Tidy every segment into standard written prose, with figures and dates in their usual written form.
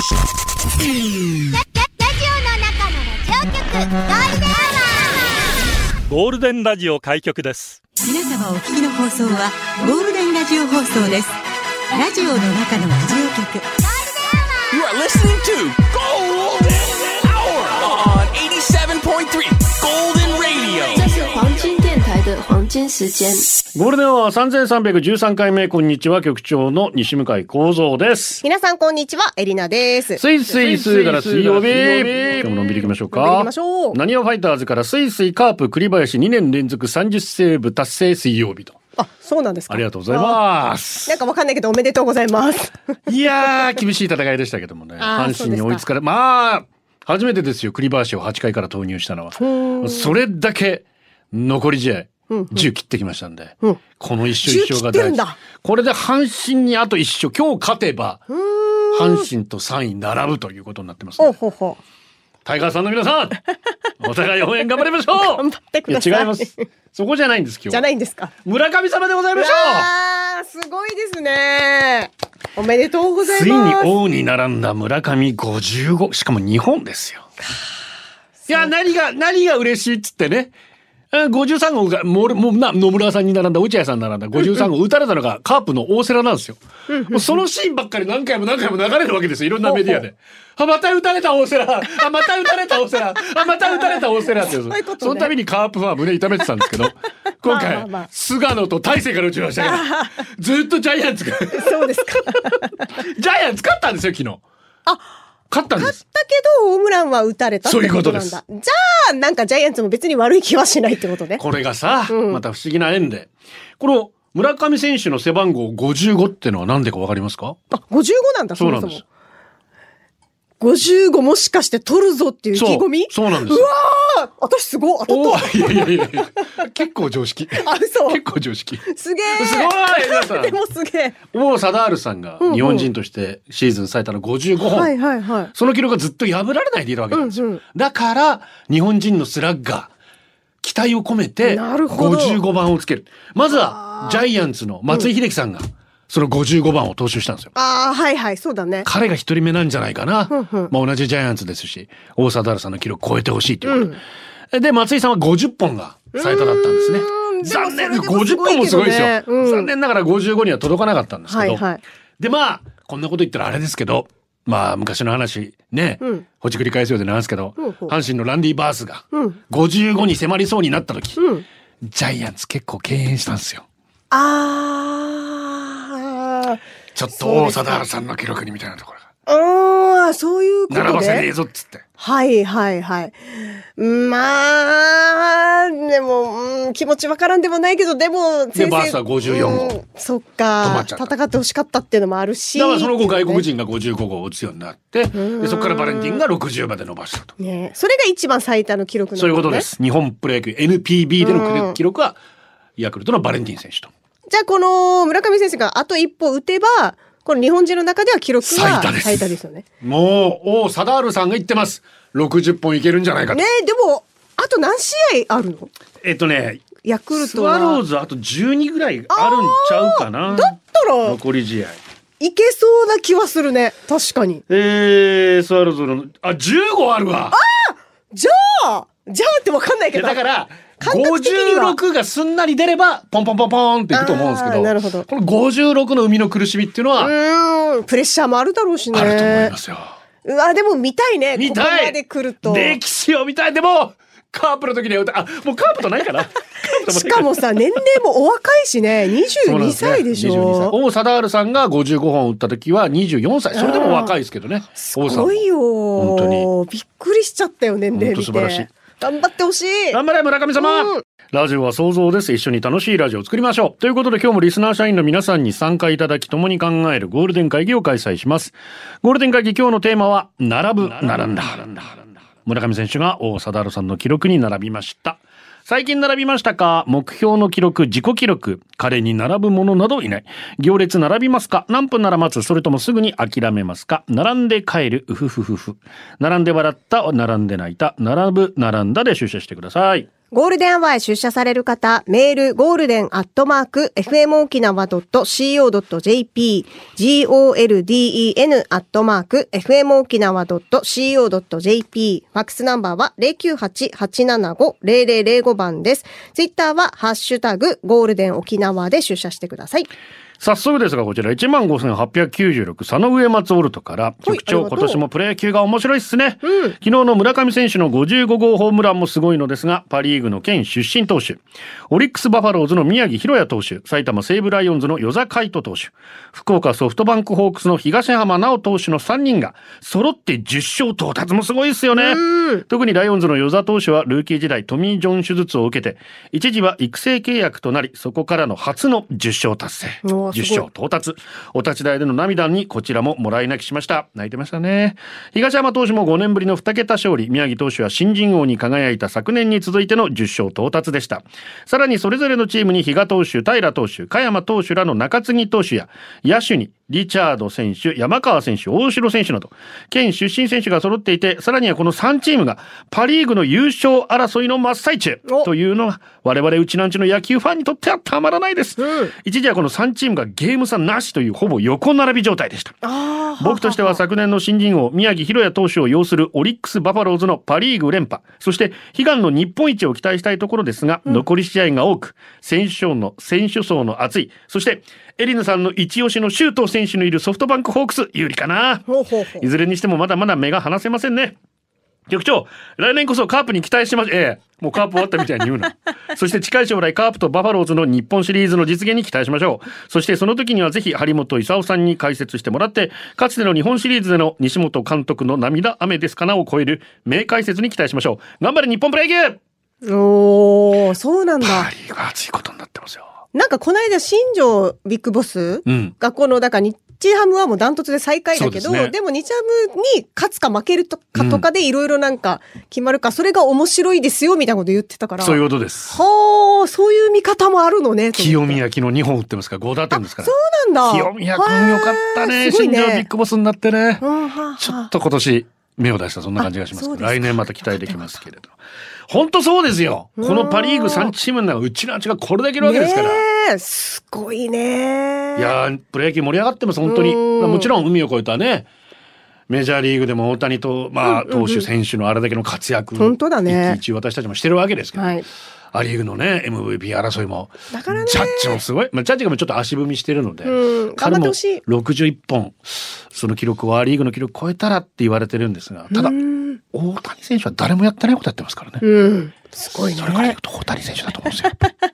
ゴールデンラジオ開局です。 皆様お聞きの放送はゴールデンラジオ放送です。ラジオの中のラジオ局。 You are listening to Golden Hour on 87.3 Golden Radio。 这是黄金電台的黄金時間。 ゴールデンは3313回目。こんにちは、局長の西向井光三です。 皆さんこんにちは、エリナです。 スイスイスイから水曜日、今日ものんびりいきましょうか。なにわファイターズからスイスイカープ栗林2年連続30セーブ達成水曜日と。 あ、そうなんですか。 ありがとうございます。 なんかわかんないけどおめでとうございます。 いやー、厳しい戦いでしたけどもね。阪神に追いつかれ、まあ初めてですよ、栗林を8回から投入したのは。それだけ残り試合10切ってきましたんで、この一勝一勝が大事。これで阪神にあと一勝、今日勝てば阪神と3位並ぶということになってますね。タイガーさんの皆さん、お互い応援頑張りましょう。 頑張ってください。 いや違います。そこじゃないんです今日。 じゃないんですか。 村上様でございましょう。 あー、すごいですね。おめでとうございます。 ついに王に並んだ村上55、しかも2本ですよ。いや、何が嬉しいっつってね。53号がもう野村さんに並んだ、落合さんに並んだ53号打たれたのがカープの大瀬良なんですよ。もうそのシーンばっかり何回も流れるわけですよ、いろんなメディアで。あ、また打たれた大瀬良、あ、また打たれた大瀬良、あ、また打たれた大瀬良ってその度にカープファン胸痛めてたんですけど、今回菅野と大勢から打ちましたけど、ずっとジャイアンツがそうですか。 ジャイアンツ勝ったんですよ昨日。あ、勝ったんです。 勝ったけどホームランは打たれたってことなんだ。そういうことです。じゃあなんかジャイアンツも別に悪い気はしないってことね。 これがさ、また不思議な縁で、この村上選手の背番号55ってのは何でかわかりますか？ あ、55なんだ。 そうなんです。 55もしかして取るぞっていう意気込み？ そうなんです。 うわー、私すごい当たった。 いや結構常識。 あ、そう。 結構常識。 すげえ。 すごい。 でもすげえ。 王貞治さんが日本人としてシーズン最多の55本。 はいはいはい。 その記録がずっと破られないでいるわけなんですよ。だから日本人のスラッガー期待を込めて55番をつける。まずはジャイアンツの松井秀喜さんがその55番を踏襲したんですよ。 ああ、はいはい、そうだね。 彼が一人目なんじゃないかな。まあ同じジャイアンツですし、王貞治さんの記録を超えてほしいということ。で、松井さんは50本が最多だったんですね。残念で50本もすごいですよ。残念ながら55には届かなかったんですけど。で、まあ、こんなこと言ったらあれですけど、まあ昔の話ね、ほじくり返すようでなんですけど、阪神のランディ・バースが55に迫りそうになった時、ジャイアンツ結構敬遠したんですよ。ちょっと王貞治さんの記録にみたいなところが。 ああ、そういうことで。 並ばせねえぞっつって。 はいはいはい。まあ、でも、気持ちわからんでもないけど、でも、先生。 で、バースは54号。 そっか。戦ってほしかったっていうのもあるし。 だからその後外国人が55号を打つようになって、でそこからバレンティンが60まで伸ばしたと。 ね、それが一番最多の記録なんですね。 そういうことです。日本プロ野球 NPB での記録は、ヤクルトのバレンティン選手と。 じゃあこの村上選手があと一歩打てば、この日本人の中では記録は最多ですよね。 もう、王貞治さんが言ってます。60本いけるんじゃないかと。 ねえ、でも、あと何試合あるの？ ヤクルトはスワローズあと12ぐらいあるんちゃうかな。 だったら、 残り試合。 いけそうな気はするね。確かに。 スワローズの、15あるわ。 じゃあってわかんないけど。 だから、56がすんなり出ればポンポンポンポンっていくと思うんですけど、 なるほど。 この56の生みの苦しみっていうのはプレッシャーもあるだろうしね。 あると思いますよ。 うわ、でも見たいね。 見たい。 ここまで来ると歴史を見たい。でもカープの時にはもうカープとないかな。 しかもさ、年齢もお若いしね。22歳でしょ。22歳。 王貞治さんが55本打った時は24歳。それでも若いですけどね。 すごいよ。本当にびっくりしちゃったよ、年齢見て。 本当素晴らしい。 頑張ってほしい。 頑張れ村上様、ラジオは想像です。一緒に楽しいラジオを作りましょう。ということで今日もリスナー社員の皆さんに参加いただき、共に考えるゴールデン会議を開催します。ゴールデン会議、今日のテーマは並んだ。村上選手が王貞治さんの記録に並びました。最近並びましたか？目標の記録、自己記録、彼に並ぶ者などいない。行列並びますか？何分なら待つ？それともすぐに諦めますか？並んで帰る、うふふふふ。並んで笑った、並んで泣いた、並ぶ、並んだで出社してください。 ゴールデンアワーへ出社される方、メール、ゴールデン@fmokinawa.co.jp、golden@fmokinawa.co.jp、ファックスナンバーは 098-875-0005 番です。ツイッターは、ハッシュタグ、ゴールデン沖縄で出社してください。 早速ですがこちら 15,896 佐野上松オルトから局長、今年もプロ野球が面白いっすね、昨日の村上選手の55号ホームランもすごいのですが、パリーグの県出身投手、オリックスバファローズの宮城大弥投手、埼玉西武ライオンズの與座海人投手、福岡ソフトバンクホークスの東浜直投手の3人が揃って10勝到達もすごいですよね。特にライオンズの與座投手はルーキー時代トミー・ジョン手術を受けて一時は育成契約となり、そこからの初の10勝達成、10勝到達。お立ち台での涙にこちらももらい泣きしました。泣いてましたね。東山投手も5年ぶりの2桁勝利、宮城投手は新人王に輝いた昨年に続いての10勝到達でした。さらにそれぞれのチームに比嘉投手、平投手、香山投手らの中継ぎ投手や野手にリチャード選手、山川選手、大城選手など県出身選手が揃っていて、さらにはこの3チームがパリーグの優勝争いの真っ最中というのは我々うちなんちの野球ファンにとってはたまらないです、一時はこの3チームがゲーム差なしというほぼ横並び状態でした。僕としては昨年の新人王宮城大弥投手を擁するオリックスバファローズのパリーグ連覇、そして悲願の日本一を期待したいところですが、残り試合が多く選手層の厚い、そしてエリナさんの一押しの周東選手のいるソフトバンクホークス有利かな。いずれにしてもまだまだ目が離せませんね。局長、来年こそカープに期待しましもうカープ終わったみたいに言うなそして近い将来カープとバファローズの日本シリーズの実現に期待しましょう。そしてその時にはぜひ張本勲さんに解説してもらって、かつての日本シリーズでの西本監督の涙雨ですかなを超える名解説に期待しましょう。頑張れ日本プロ野球。 おー、そうなんだ。 パリーが熱いことになってますよ。 なんかこの間新庄ビッグボスがこのだから日ハムはもうダントツで最下位だけど、でも日ハムに勝つか負けるかとかでいろいろなんか決まるか、それが面白いですよみたいなこと言ってたから。 そういうことです。 はあ、そういう見方もあるのね。 清宮昨日2本打ってますから5打点ですから。 そうなんだ。 清宮君よかったね。新庄ビッグボスになってね。ちょっと今年目を出したそんな感じがします。来年また期待できますけれど。本当そうですよ。このパリーグ3チームの中うちのちがこれだけいるわけですから。 すごいね。 いやプロ野球盛り上がってます本当に。もちろん海を越えたねメジャーリーグでも大谷と、投手選手のあれだけの活躍、 本当だね。 一私たちもしてるわけですけど、 はい、 アリーグのね MVP 争いもだからね、 ジャッジもすごい、ジャッジがちょっと足踏みしてるので、 彼も 61本その記録をアリーグの記録超えたらって言われてるんですが、ただ大谷選手は誰もやってないことやってますからね。 すごいね。 それから言うと大谷選手だと思うんですよ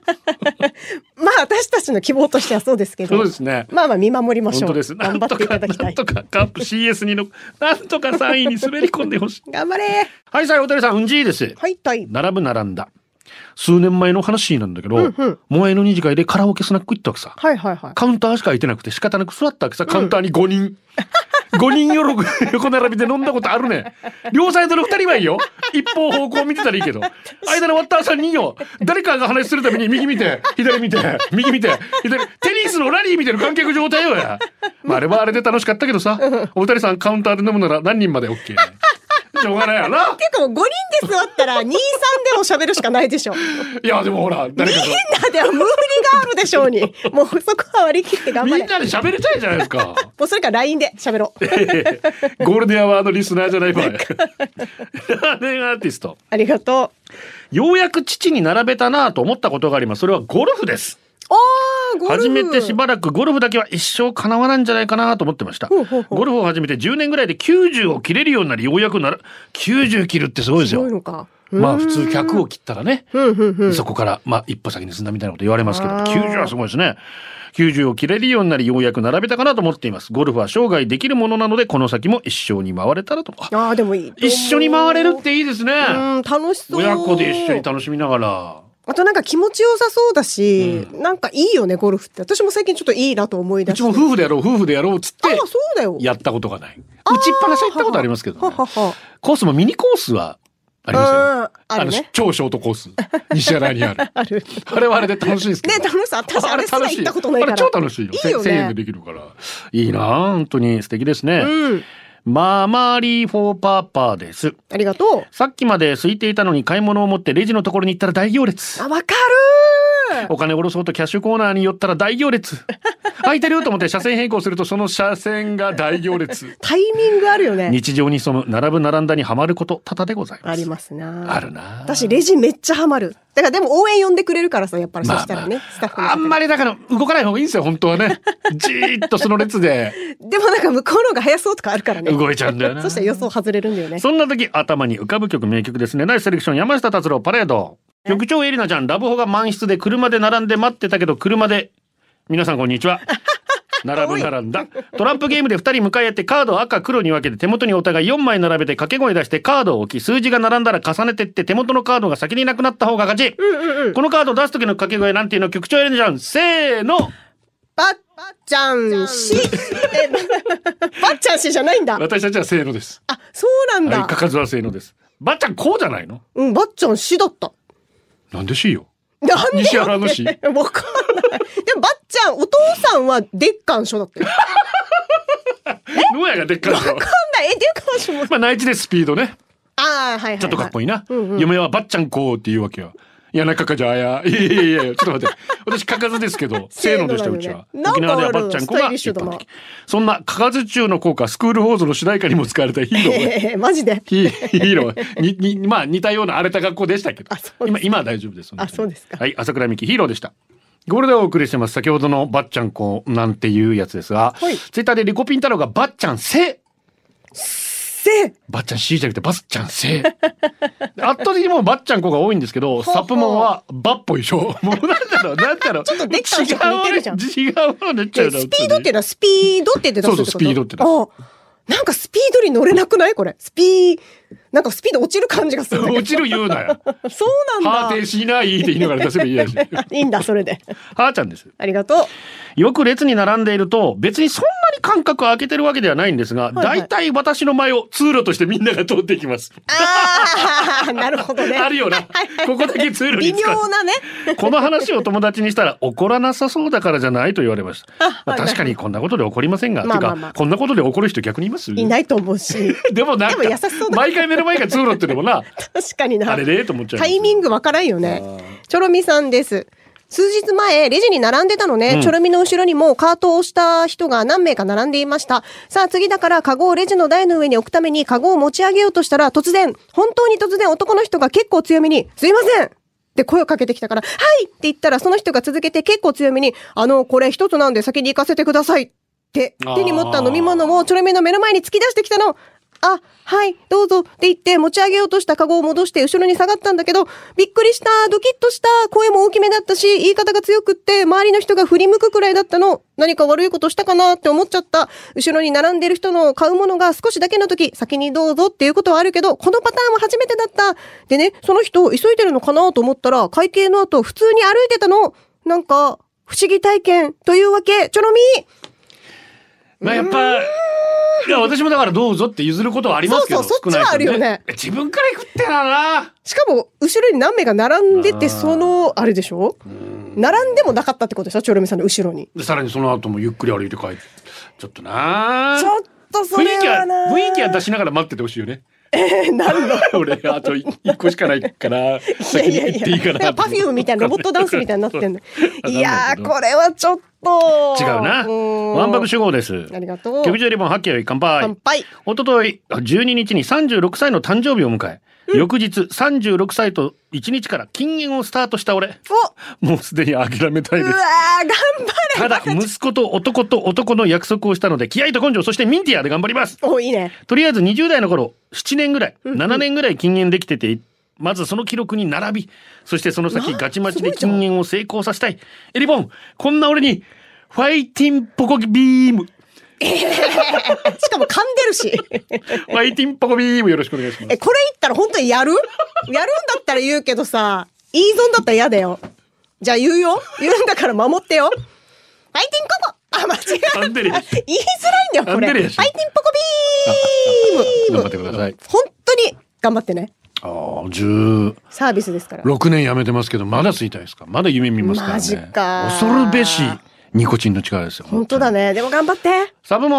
私たちの希望としてはそうですけど、 そうですね。 見守りましょう。 本当です。 頑張っていただきたい。 なんとかカープ CS2 のなんとか3位に滑り込んでほしい頑張れ。 はい、大谷さんうんじいです。 はい、 並んだ数年前の話なんだけど、萌えの二次会でカラオケスナック行ったわけさ、カウンターしか空いてなくて仕方なく座ったわけさ、カウンターに5人5人横並びで飲んだことあるね。両サイドの2人はいいよ、一方方向見てたらいいけど、間の割った3人よ、誰かが話するために右見て左見て右見て左、テニスのラリー見てる観客状態よや。あれはあれで楽しかったけどさ、お二人さんカウンターで飲むなら何人まで OK ね。しょうがないよな。 結構5人で座ったら2、3でも喋るしかないでしょ。 いやでもほら誰かみんなでは無理があるでしょうに。もうそこは割り切って頑張れ。 みんなで喋りたいじゃないですか。 もうそれから LINE で喋ろう。 ゴールデンアワーのリスナーじゃない場合。ラーメンアーティスト。 ありがとう。ようやく父に並べたなと思ったことがあります。それはゴルフです。初めてしばらくゴルフだけは一生叶わないんじゃないかなと思ってました。ゴルフを始めて10年ぐらいで90を切れるようになり、ようやく90切るってすごいですよ。 すごいのか。 普通100を切ったらね、そこから一歩先に進んだみたいなこと言われますけど、90はすごいですね。90を切れるようになり、ようやく並べたかなと思っています。ゴルフは生涯できるものなので、この先も一緒に回れたらと。 でもいい。 一緒に回れるっていいですね。 楽しそう。 親子で一緒に楽しみながら。 あとなんか気持ちよさそうだし、なんかいいよねゴルフって。私も最近ちょっといいなと思い出して。 うちも夫婦でやろうっつってそうだよ、 やったことがない。打ちっぱなしは行ったことありますけどね。コースもミニコースはありますよね。超ショートコース西新井にある。あれはあれで楽しいですけどね。 楽しさ。私あれすら行ったことないから。 あれ超楽しいよ。1000円でできるからいいな。本当に素敵ですね。 ママリーフォーパパです。 ありがとさっきまで空いていたのに買い物を持ってレジのところに行ったら大行列。 う。あ、わかるお金下ろそうとキャッシュコーナーに寄ったら大行列。空いてると思って車線変更するとその車線が大行列。 タイミングあるよね。 日常に潜む並んだにはまること多々でございます。 ありますな。 あるな。 私レジめっちゃハマる。だからでも応援呼んでくれるからさ、やっぱりそしたらね、スタッフの方あんまりだから動かない方がいいんですよ本当はね。じーっとその列ででもなんか向こうの方が早そうとかあるからね。 動いちゃうんだよな。 そしたら予想外れるんだよね。 そんな時頭に浮かぶ曲名曲ですね。ナイスセレクション山下達郎パレード。局長エリナちゃんラブホが満室で車で並んで待ってたけど車で皆さんこんにちは。並んだトランプゲームで2人向かい合ってカードを赤黒に分けて手元にお互い4枚並べて掛け声出してカードを置き数字が並んだら重ねてって手元のカードが先になくなった方が勝ち、このカードを出す時の掛け声なんていうの局長エリナちゃんせーのばっちゃんしばっちゃんしじゃないんだ。 私たちはせーのです。 あ、そうなんだ。 はい、かかずはせーのです。ばっちゃんこうじゃないの？ うん、ばっちゃんしだった。 なんでしよ。 なんでよ西原のし。 わかんない。でもばっちゃんお父さんはでっかんしょだったよ。 ノヤがでっかいでしょ。 わかんない。でっかんしょも。 まあ内地でスピードね。 ああ、はいはい、はい。 ちょっとかっこいいな。嫁はばっちゃんこうって言うわけよ。いや、中かじゃあや。いや、ちょっと待って。私、かかずですけど、せーのでした、うちは。沖縄ではばっちゃんこが一般的。そんな、かかず中の効果、スクールフォーズの主題歌にも使われたヒーロー。 マジでヒーロー。まあ、似たような荒れた学校でしたけど。今は大丈夫です。 あ、そうですか。 はい、朝倉美希ヒーローでした。これでお送りしてます。先ほどのばっちゃんこなんていうやつですが、ツイッターでリコピン太郎がばっちゃんせばっちゃん C じゃなくてばっちゃんせ圧倒的にもうばっちゃんこが多いんですけど、サプモンはばっぽいでしょ。もうなんだろうちょっとでっかい人似てるじゃん。 違うもの出ちゃうな。 スピードっていうのはスピードって言ってた。 そうスピードって出す。 なんかスピードに乗れなくないこれ。なんかスピード落ちる感じがする。 落ちる言うなよ。 そうなんだ。 ハーテーしないって言いながら出せばいいやし。 いいんだ、それで。 はーちゃんです。 ありがとう。よく列に並んでいると、別にそんなに間隔を空けてるわけではないんですが、大体私の前を通路としてみんなが通っていきます。 ああ、なるほどね。 あるよな。ここだけ通路に使う。 微妙なね。 この話を友達にしたら怒らなさそうだからじゃないと言われました。まあ、確かにこんなことで怒りませんが、てかこんなことで怒る人逆にいます？ いないと思うし。 でもなんか優しそうだ。 毎回目の前が通路っていうのもな。 確かにな。 あれでと思っちゃう。 タイミングわからんよね。チョロミさんです。数日前、レジに並んでたのね、チョロミの後ろにもカートを押した人が何名か並んでいました。さあ次だからカゴをレジの台の上に置くためにカゴを持ち上げようとしたら本当に突然男の人が結構強めに、すいませんって声をかけてきたから、はいって言ったらその人が続けて結構強めに、これ一つなんで先に行かせてくださいって手に持った飲み物をチョロミの目の前に突き出してきたの。あ、はい、どうぞって言って持ち上げようとしたカゴを戻して後ろに下がったんだけど、びっくりした、ドキッとした、声も大きめだったし、言い方が強くって、周りの人が振り向くくらいだったの。何か悪いことしたかなって思っちゃった。後ろに並んでる人の買うものが少しだけの時、先にどうぞっていうことはあるけど、このパターンは初めてだった。でね、その人急いでるのかなと思ったら、会計の後普通に歩いてたの。なんか、不思議体験というわけ、チョロミー。 まあやっぱ、いや私もだからどうぞって譲ることはありますけど、 そっちはあるよね。 自分から行くってな。 しかも後ろに何名が並んでて、あれでしょ。並んでもなかったってことでしょ、チョロミさんの後ろに。 さらにその後もゆっくり歩いて帰って、ちょっとな。 ちょっとそれはな。 雰囲気は出しながら待っててほしいよね。 なんだ俺あと1個しかないから先に行っていいかな。 パフュームみたいなロボットダンスみたいになってんの。いやーこれはちょっと違うな。ワンバブ主語です。 ありがとう。 局長リボンハッキー乾杯。 乾杯。 おととい12日に36歳の誕生日を迎え、翌日36歳と1日から禁煙をスタートした俺。もうすでに諦めたいです。 うわー頑張れ。 ただ息子と男の約束をしたので気合と根性、そしてミンティアで頑張ります。 お、いいね。 とりあえず20代の頃7年ぐらい7年ぐらい禁煙できてて、まずその記録に並び、そしてその先ガチマチで禁煙を成功させたい。エリボン、こんな俺にファイティンポコビームしかも噛んでるしファイティンポコビームよろしくお願いします。 これ言ったら本当にやるんだったら言うけどさ、言い損だったら嫌だよ。じゃあ言うんだから守ってよ。ファイティンココ、あ、間違えた。言いづらいんだよこれ。ファイティンポコビーム。 頑張ってください。 本当に頑張ってね。 サービスですから。 6年やめてますけどまだ吸いたいですか。まだ夢見ますからね。 マジか。 恐るべしニコチンの力ですよ。 本当だね。でも頑張って。 サブモン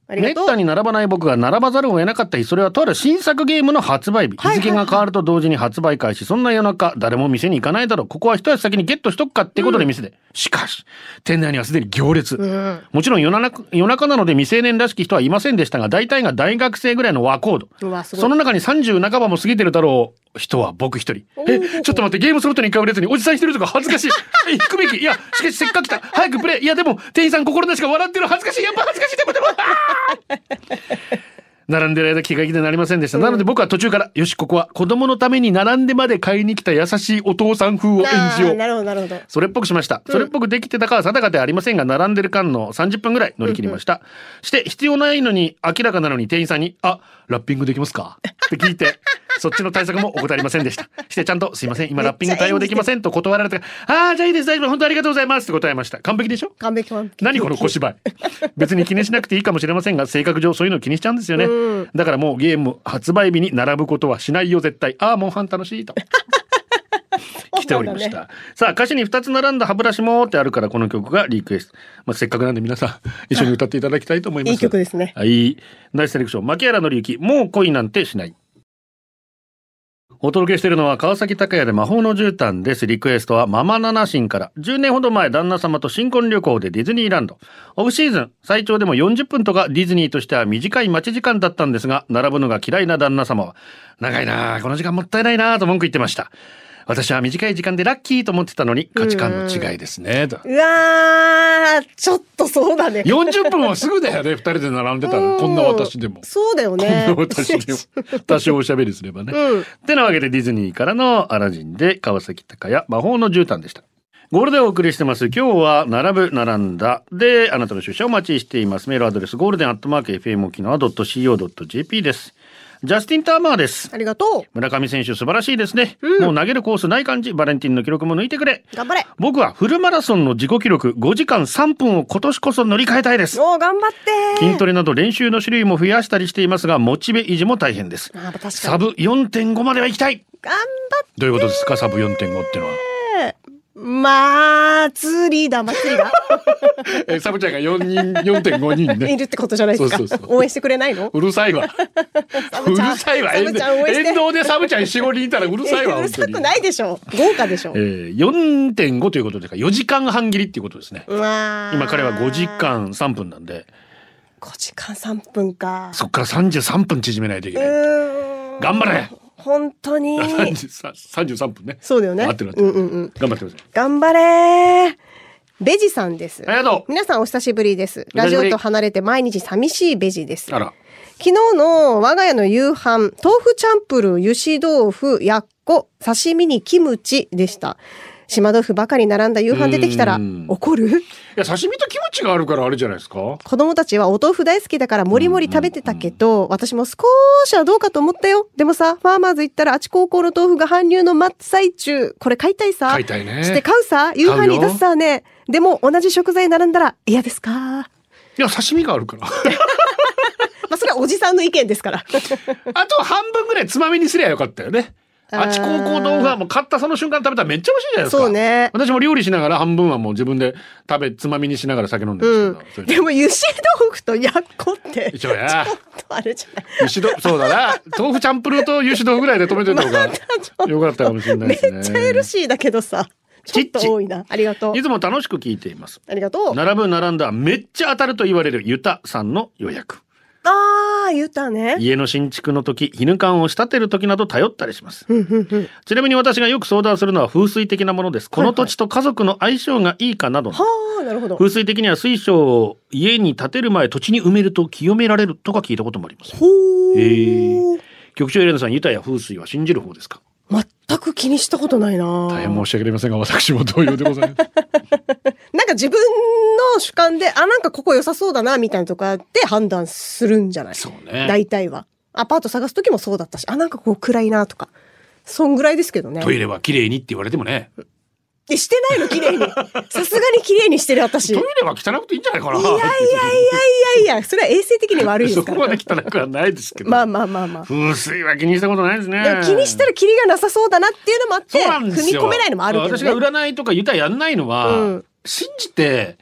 めったに並ばない僕が並ばざるを得なかった日、それはとある新作ゲームの発売日。日付が変わると同時に発売開始。そんな夜中、誰も店に行かないだろう。ここは一足先にゲットしとくかってことで店で。しかし、店内にはすでに行列。もちろん夜中なので未成年らしき人はいませんでしたが、大体が大学生ぐらいの若人。その中に30半ばも過ぎてるだろう人は僕一人。ちょっと待って、ゲームソフトに買う列におじさん一人とか恥ずかしい。行くべき。いや、しかしせっかく来た。早くプレイ。いや、でも、店員さん心なしか笑ってる。恥ずかしい。やっぱ恥ずかしい。でも。並んでる間気が気でなりませんでした。なので僕は途中から、よし、ここは子供のために並んでまで買いに来た優しいお父さん風を演じよう。 なるほど、なるほど。 それっぽくしました。それっぽくできてたかは定かではありませんが、並んでる間の30分ぐらい乗り切りました。して必要ないのに、明らかなのに店員さんに、あ、ラッピングできますかって聞いて、そっちの対策も怠りませんでした。してちゃんと、すいません、今ラッピング対応できませんと断られて、ああ、じゃあいいです、大丈夫、本当ありがとうございますって答えました。完璧でしょ？ 完璧。 何この小芝居。別に気にしなくていいかもしれませんが、性格上そういうの気にしちゃうんですよね。だからもうゲーム発売日に並ぶことはしないよ、絶対。ああ、モンハン楽しいと。来ておりました。さあ、歌詞に2つ並んだ歯ブラシもってあるからこの曲がリクエスト。せっかくなんで皆さん一緒に歌っていただきたいと思います。 いい曲ですね。 はい。ナイスセレクション。牧原紀之、もう恋なんてしない。お届けしているのは川崎隆也で魔法の絨毯です。リクエストはママナナシンから。10年ほど前、旦那様と新婚旅行でディズニーランド。オフシーズン、最長でも40分とかディズニーとしては短い待ち時間だったんですが、並ぶのが嫌いな旦那様は、長いなあ、この時間もったいないなあと文句言ってました。私は短い時間でラッキーと思ってたのに価値観の違いですね。 うわー、ちょっとそうだね。 40分はすぐだよね、2人で並んでたら。こんな私でも。 そうだよね。 こんな私でも。多少おしゃべりすればね。ってなわけでディズニーからのアラジンで川崎隆也魔法の絨毯でした。ゴールでお送りしてます。今日は並んだであなたの出社をお待ちしています。メールアドレスゴールデン@fm沖縄 .co.jp です。ジャスティン・ターマーです。 ありがとう。 村上選手素晴らしいですね。もう投げるコースない感じ。バレンティンの記録も抜いてくれ。 頑張れ。 僕はフルマラソンの自己記録5時間3分を今年こそ乗り換えたいです。 おー、頑張って。 筋トレなど練習の種類も増やしたりしていますが、モチベ維持も大変です。サブ 4.5 までは行きたい。 頑張って。 どういうことですか、サブ 4.5 っていうのは。 祭りだ。 サブちゃんが4.5人ね。 いるってことじゃないですか。そう応援してくれないの？ うるさいわ。うるさいわ。沿道でサブちゃん 4,5 人いたらうるさいわ。 うるさくないでしょ。豪華でしょ。 4.5 ということですから4時間半切りっていうことですね。 今彼は5時間3分なんで。 5時間3分か。 そっから33分縮めないといけない。頑張れ。 本当に 33分ね。 そうだよね。 頑張ってください。 頑張れ。ベジさんです。 ありがとう。 皆さんお久しぶりです。ラジオと離れて毎日寂しいベジです。 あら。 昨日の我が家の夕飯、豆腐チャンプルー、油脂豆腐、やっこ、刺身にキムチでした。島豆腐ばかり並んだ夕飯出てきたら怒る？いや、刺身とキムチがあるからあれじゃないですか。 子供たちはお豆腐大好きだからもりもり食べてたけど、私も少しはどうかと思ったよ。でもさ、ファーマーズ行ったらあち高校の豆腐が搬入の真っ最中。これ買いたいさ。 買いたいね。 して買うさ。夕飯に出すさね。でも同じ食材並んだら嫌ですか？ いや、刺身があるから。 まあそれはおじさんの意見ですから。 あと半分ぐらいつまみにすりゃよかったよね。あち高校豆腐はもう買ったその瞬間食べたらめっちゃ美味しいじゃないですか。そうね。私も料理しながら半分はもう自分でつまみにしながら酒飲んでますけど。 でも油脂豆腐とやっこってちょっとあれじゃない。 そうだな。豆腐チャンプルーと油脂豆腐ぐらいで止めてた方がよかったかもしれないですね。 めっちゃヘルシーだけどさ。ちょっと多いな。ありがとう。 いつも楽しく聞いています。 ありがとう。 並んだめっちゃ当たると言われるユタさんの予約。 ユタね。 家の新築の時、絹缶を仕立てる時など頼ったりします。ちなみに私がよく相談するのは風水的なものです。この土地と家族の相性がいいかなど。 なるほど。 風水的には水晶を家に建てる前土地に埋めると清められるとか聞いたこともあります。局長エレナさん、ユタや風水は信じる方ですか？ 全く気にしたことないな。 大変申し訳ありませんが、私も同様でございます。 なんか自分の主観で、なんかここ良さそうだな、みたいなとかで判断するんじゃない？ そうね。 大体は。アパート探すときもそうだったし、なんかこう暗いなとか。そんぐらいですけどね。 トイレは綺麗にって言われてもね。 してないの綺麗に。さすがに綺麗にしてる私。 トイレは汚くていいんじゃないかな。 いや、それは衛生的に悪いですから。 そこまで汚くはないですけど。 まあ。 風水は気にしたことないですね。 でも気にしたらキリがなさそうだなっていうのもあって、踏み込めないのもあるけどね。 私が占いとかユタやんないのは、信じて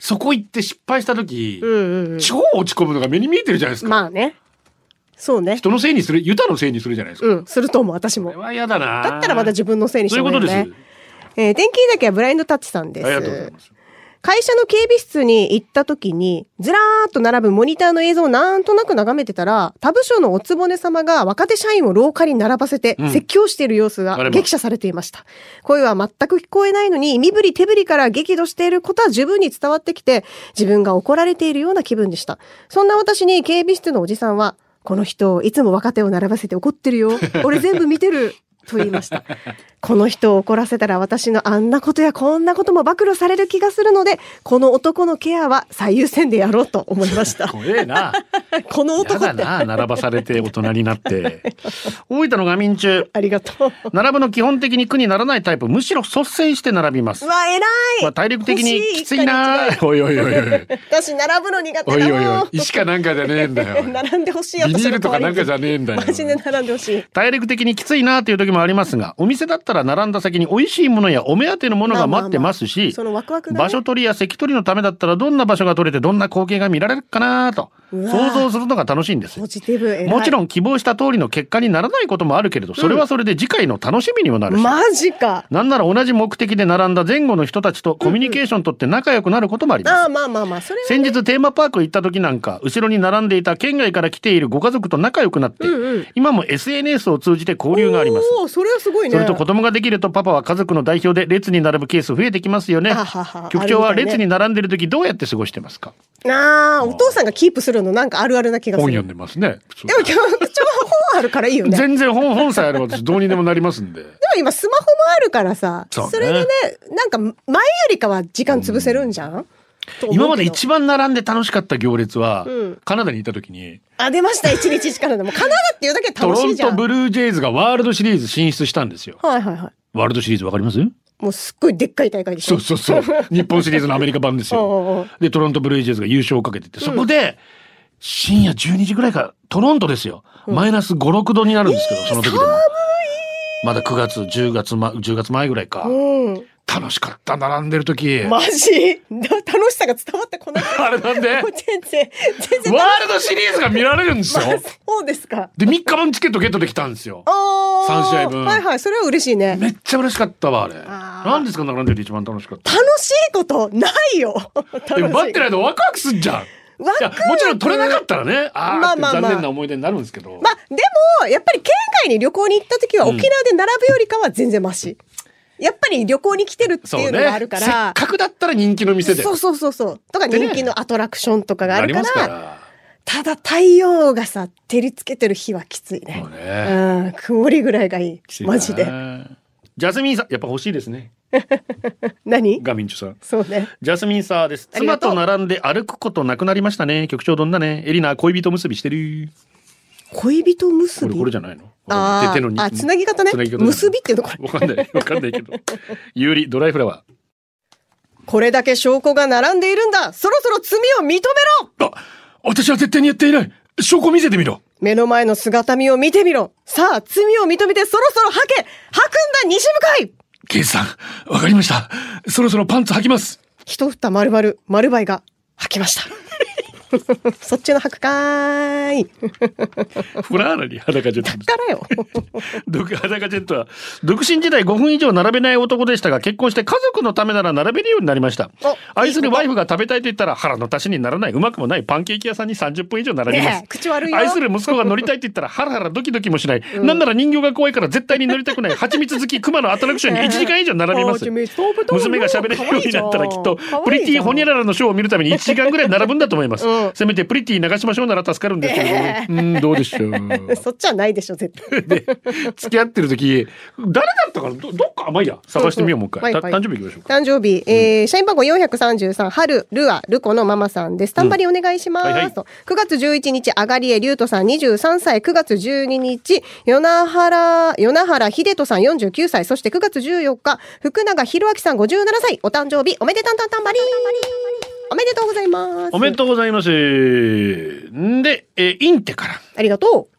そこ行って失敗した時、超落ち込むのが目に見えてるじゃないですか。 まあね。そうね。 人のせいにする、ユタのせいにするじゃないですか。 すると思う、私も。 これは嫌だな。 だったらまた自分のせいにしてもいいよね。 そういうことです。天気だけはブラインドタッチさんです。 ありがとうございます。 会社の警備室に行った時に、ずらーっと並ぶモニターの映像をなんとなく眺めてたら、他部署のおつぼね様が若手社員を廊下に並ばせて、説教している様子が激写されていました。声は全く聞こえないのに、身振り手振りから激怒していることは十分に伝わってきて、自分が怒られているような気分でした。そんな私に警備室のおじさんは、この人、いつも若手を並ばせて怒ってるよ。俺全部見てる。と言いました。この人を怒らせたら私のあんなことやこんなことも暴露される気がするので、この男のケアは最優先でやろうと思いました。 怖えな。 この男って。 やだな、並ばされて大人になって。大分のガミン中。 ありがとう。 並ぶの基本的に苦にならないタイプ、むしろ率先して並びます。 うわ、偉い。 まあ、体力的にきついな。おいおいおいおい。 私並ぶの苦手だおいおいおい。石かなんかじゃねえんだよ。 並んでほしいよ。 ビニールとかなんかじゃねえんだよ。 マジで並んでほしい。 体力的にきついなという時もありますが、お店だったら並んだ先に美味しいものやお目当てのものが待ってますし、 そのワクワクがね、 場所取りや席取りのためだったらどんな場所が取れてどんな光景が見られるかなと想像するのが楽しいんです。 ポジティブ、偉い。 もちろん希望した通りの結果にならないこともあるけれど、それはそれで次回の楽しみにもなるし、 マジか。 なんなら同じ目的で並んだ前後の人たちとコミュニケーション取って仲良くなることもあります。 ああ、まあまあまあ、それはね。 先日テーマパーク行った時なんか、後ろに並んでいた県外から来ているご家族と仲良くなって、今も SNS を通じて交流があります。 おー、それはすごいね。 それと子供ができるとパパは家族の代表で列に並ぶケース増えてきますよね。局長は列に並んでる時どうやって過ごしてますか？ お父さんがキープするのなんかあるあるな気がする。 本読んでますね。 でも局長は本あるからいいよね。 全然本さえあればどうにでもなりますんで。でも今スマホもあるからさ、それでね、なんか前よりかは時間潰せるんじゃん？ 今まで一番並んで楽しかった行列は、カナダにいた時に。 出ました、1日1からでも。カナダっていうだけで楽しいじゃん。 トロントブルージェイズがワールドシリーズ進出したんですよ。 はいはいはい。 ワールドシリーズわかります？ もうすっごいでっかい大会でしょ。 そう。日本シリーズのアメリカ版ですよ。で、トロントブルージェイズが優勝をかけてて、そこで、深夜12時ぐらいから、トロントですよ。マイナス5、6度になるんですけど、その時でも。まだ9月、10月前ぐらいか。楽しかった、並んでる時。 マジ楽しさが伝わってこない。 あれなんで全然。 ワールドシリーズが見られるんですよ。 そうですか。 で、3日分チケットゲットできたんですよ。3試合分。 はいはい、それは嬉しいね。 めっちゃ嬉しかったわ、あれ。なんですか、並んでて一番楽しかった。 楽しいことないよ。 でも待ってないとワクワクすんじゃん。もちろん取れなかったらね、残念な思い出になるんですけど。 でも、やっぱり県外に旅行に行った時は沖縄で並ぶよりかは全然マシ。やっぱり旅行に来てるっていうのがあるから。 せっかくだったら人気の店で。 そう。とか人気のアトラクションとかがあるから。ただ太陽がさ、照りつけてる日はきついね。曇りぐらいがいい。マジで。 ジャスミンさん、やっぱ欲しいですね。 何？ ガミンチュさん。 そうね。 ジャスミンサーです。妻と並んで歩くことなくなりましたね。局長どんなね。エリナ恋人結びしてる。 恋人結び？ これじゃないの？ つなぎ方ね。結びっていうのこれ。 わかんないけど。有利ドライフラワー。 これだけ証拠が並んでいるんだ。そろそろ罪を認めろ。 私は絶対にやっていない。証拠見せてみろ。 目の前の姿見を見てみろ。さあ、罪を認めてそろそろ吐くんだ西向井。 刑事さん、わかりました。そろそろパンツ履きます。 一蓋丸バイが履きました。そっちの履くかーい。 フラーナに裸ジェット。 だからよ。 裸ジェットは独身時代5分以上並べない男でしたが、結婚して家族のためなら並べるようになりました。愛するワイフが食べたいと言ったら腹の足しにならないうまくもないパンケーキ屋さんに30分以上並びます。 口悪いよ。 愛する息子が乗りたいと言ったらハラハラドキドキもしない。なんなら人形が怖いから絶対に乗りたくない蜂蜜好きクマのアトラクションに1時間以上並びます。娘が喋れるようになったらきっとプリティホニャララのショーを見るために1時間ぐらい並ぶんだと思います。せめてプリティ流しましょうなら助かるんですけど、どうでしょう。 そっちはないでしょ絶対。 で付き合ってる時誰だったかな、どっかまあいいや、探してみよう。もう一回誕生日いきましょうか。 誕生日、社員番号433春ルコのママさんです。スタンバリお願いします。9月11日あがりえりゅうとさん23歳、9月12日与那原秀人さん49歳、そして9月14日福永博明さん57歳、お誕生日おめでたんたんたんばりおめでとうございます。 おめでとうございます。で、インテから。 ありがとう。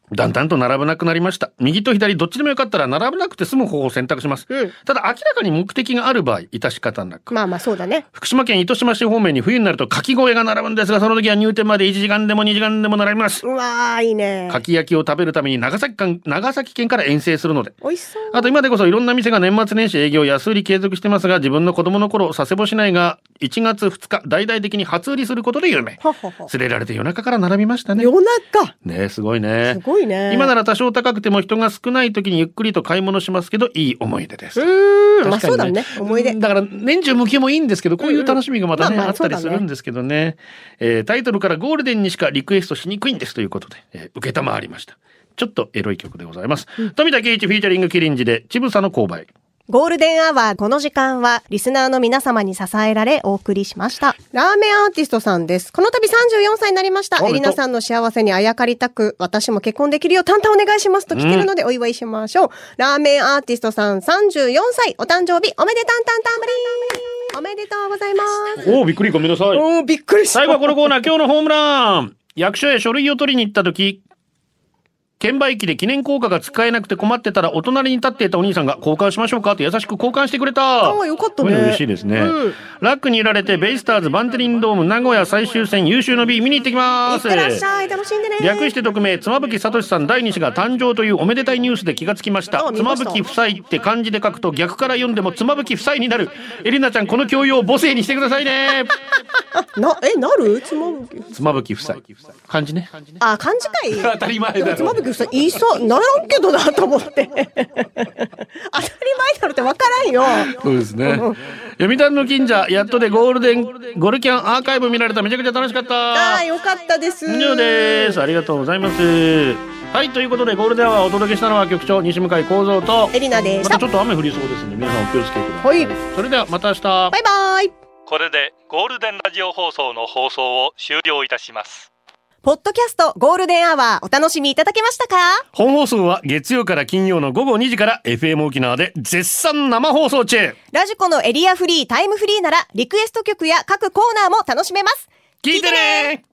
だんだんと並ばなくなりました。右と左どっちでもよかったら並ばなくて済む方法を選択します、ただ明らかに目的がある場合致し方なく。 まあまあそうだね。 福島県糸島市方面に冬になるとかき小屋が並ぶんですが、その時は入店まで1時間でも2時間でも並びます。 うわーいいね。 かき焼きを食べるために長崎県から遠征するので。 美味しそう。あと今でこそいろんな店が年末年始営業安売り継続してますが、自分の子供の頃佐世保市内が1月2日大々的に初売りすることで有名。連れられて夜中から並びましたね。 夜中ね、すごいね。 すごいね。 今なら多少高くても人が少ない時にゆっくりと買い物しますけど、いい思い出です。 まあそうだね、思い出だから年中無休もいいんですけど、こういう楽しみがまたね、あったりするんですけどね。タイトルからゴールデンにしかリクエストしにくいんですということで、受けたまわりました。ちょっとエロい曲でございます、富田圭一フィーチャリングキリンジでちぶさの勾配。 ゴールデンアワー、この時間はリスナーの皆様に支えられお送りしました。ラーメンアーティストさんです。この度34歳になりました。エリナさんの幸せにあやかりたく、私も結婚できるようタンタンお願いしますと来てるのでお祝いしましょう。ラーメンアーティストさん34歳、お誕生日おめでたんたんたんぶりー。おめでとうございます。 びっくり、ごめんなさい。 びっくりした。 最後はこのコーナー、今日のホームラン。役所へ書類を取りに行った時、券売機で記念硬貨が使えなくて困ってたら、お隣に立っていたお兄さんが交換しましょうかと優しく交換してくれた。 よかったね。 嬉しいですね、ラックにいられてベイスターズバンテリンドーム名古屋最終戦優秀の B 見に行ってきます。 いってらっしゃい、楽しんでね。 略して匿名、妻夫木聡さん第2子が誕生というおめでたいニュースで気がつきました。妻夫木夫妻って漢字で書くと逆から読んでも妻夫木夫妻になる。エリナちゃんこの教養を母性にしてくださいね。 なる妻夫木夫妻漢字ね。 あ、漢字かい。 当たり前だろ。 妻夫木夫妻言いそうならんけどなと思って当たり前だろって分からんよ。 そうですね。読谷の近所やっとでゴールデンゴルキャンアーカイブ見られた。めちゃくちゃ楽しかった。 よかったです。 以上です。ありがとうございます。はい、ということでゴールデンアワーをお届けしたのは局長西向井幸三とエリナでした。 またちょっと雨降りそうですので皆さんお気をつけください。それではまた明日。バイバイ。 これでゴールデンラジオ放送の放送を終了いたします。 ポッドキャストゴールデンアワーお楽しみいただけましたか？ 本放送は月曜から金曜の午後2時から FM 沖縄で絶賛生放送中。 ラジコのエリアフリータイムフリーならリクエスト曲や各コーナーも楽しめます。 聞いてね。